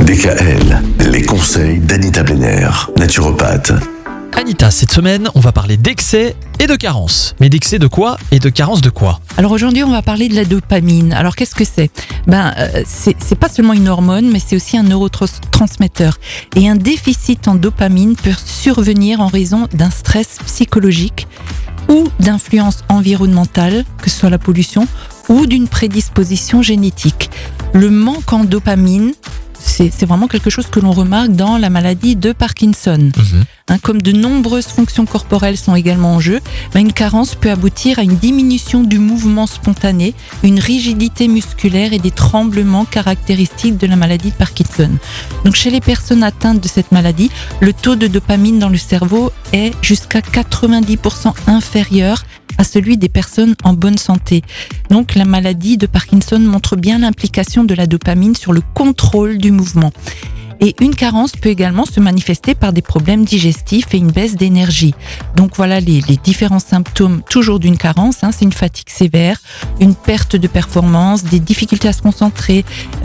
DKL, les conseils d'Anita Blenner, naturopathe. Anita, cette semaine, on va parler d'excès et de carence. Mais d'excès de quoi et de carence de quoi ? Alors aujourd'hui, on va parler de la dopamine. Alors qu'est-ce que c'est ? C'est pas seulement une hormone, mais c'est aussi un neurotransmetteur. Et un déficit en dopamine peut survenir en raison d'un stress psychologique ou d'influence environnementale, que ce soit la pollution, ou d'une prédisposition génétique. Le manque en dopamine, c'est vraiment quelque chose que l'on remarque dans la maladie de Parkinson. Comme de nombreuses fonctions corporelles sont également en jeu, une carence peut aboutir à une diminution du mouvement spontané, une rigidité musculaire et des tremblements caractéristiques de la maladie de Parkinson. Donc chez les personnes atteintes de cette maladie, le taux de dopamine dans le cerveau est jusqu'à 90% inférieur à celui des personnes en bonne santé. Donc la maladie de Parkinson montre bien l'implication de la dopamine sur le contrôle du mouvement. Et une carence peut également se manifester par des problèmes digestifs et une baisse d'énergie. Donc voilà les différents symptômes toujours d'une carence. C'est une fatigue sévère, une perte de performance, des difficultés à se concentrer,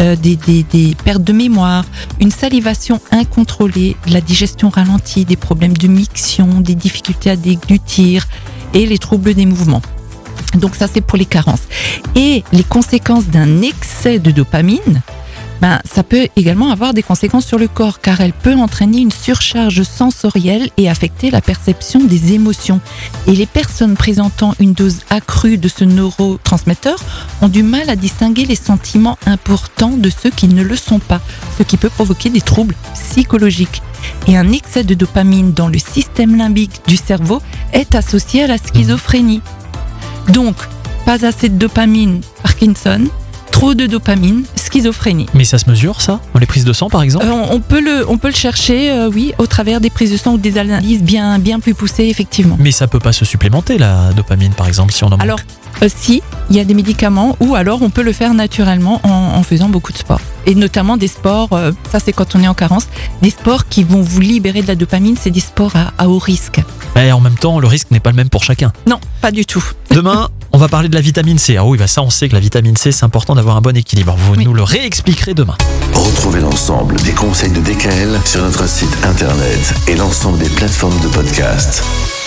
des pertes de mémoire, une salivation incontrôlée, la digestion ralentie, des problèmes de miction, des difficultés à déglutir et les troubles des mouvements. Donc ça c'est pour les carences. Et les conséquences d'un excès de dopamine, ça peut également avoir des conséquences sur le corps car elle peut entraîner une surcharge sensorielle et affecter la perception des émotions. Et les personnes présentant une dose accrue de ce neurotransmetteur ont du mal à distinguer les sentiments importants de ceux qui ne le sont pas, ce qui peut provoquer des troubles psychologiques. Et un excès de dopamine dans le système limbique du cerveau est associé à la schizophrénie. Donc, pas assez de dopamine, Parkinson. Trop de dopamine, schizophrénie. Mais ça se mesure, ça ? Dans les prises de sang, par exemple ? On peut le chercher, oui, au travers des prises de sang ou des analyses bien plus poussées, effectivement. Mais ça peut pas se supplémenter, la dopamine, par exemple, si on en manque ? Alors, si, il y a des médicaments, ou alors on peut le faire naturellement en faisant beaucoup de sport. Et notamment des sports, ça c'est quand on est en carence, des sports qui vont vous libérer de la dopamine, c'est des sports à haut risque. Et en même temps, le risque n'est pas le même pour chacun. Non, pas du tout. Demain, on va parler de la vitamine C. Ah oui, ça on sait que la vitamine C, c'est important d'avoir un bon équilibre. Vous nous le réexpliquerez demain. Retrouvez l'ensemble des conseils de DKL sur notre site internet et l'ensemble des plateformes de podcast.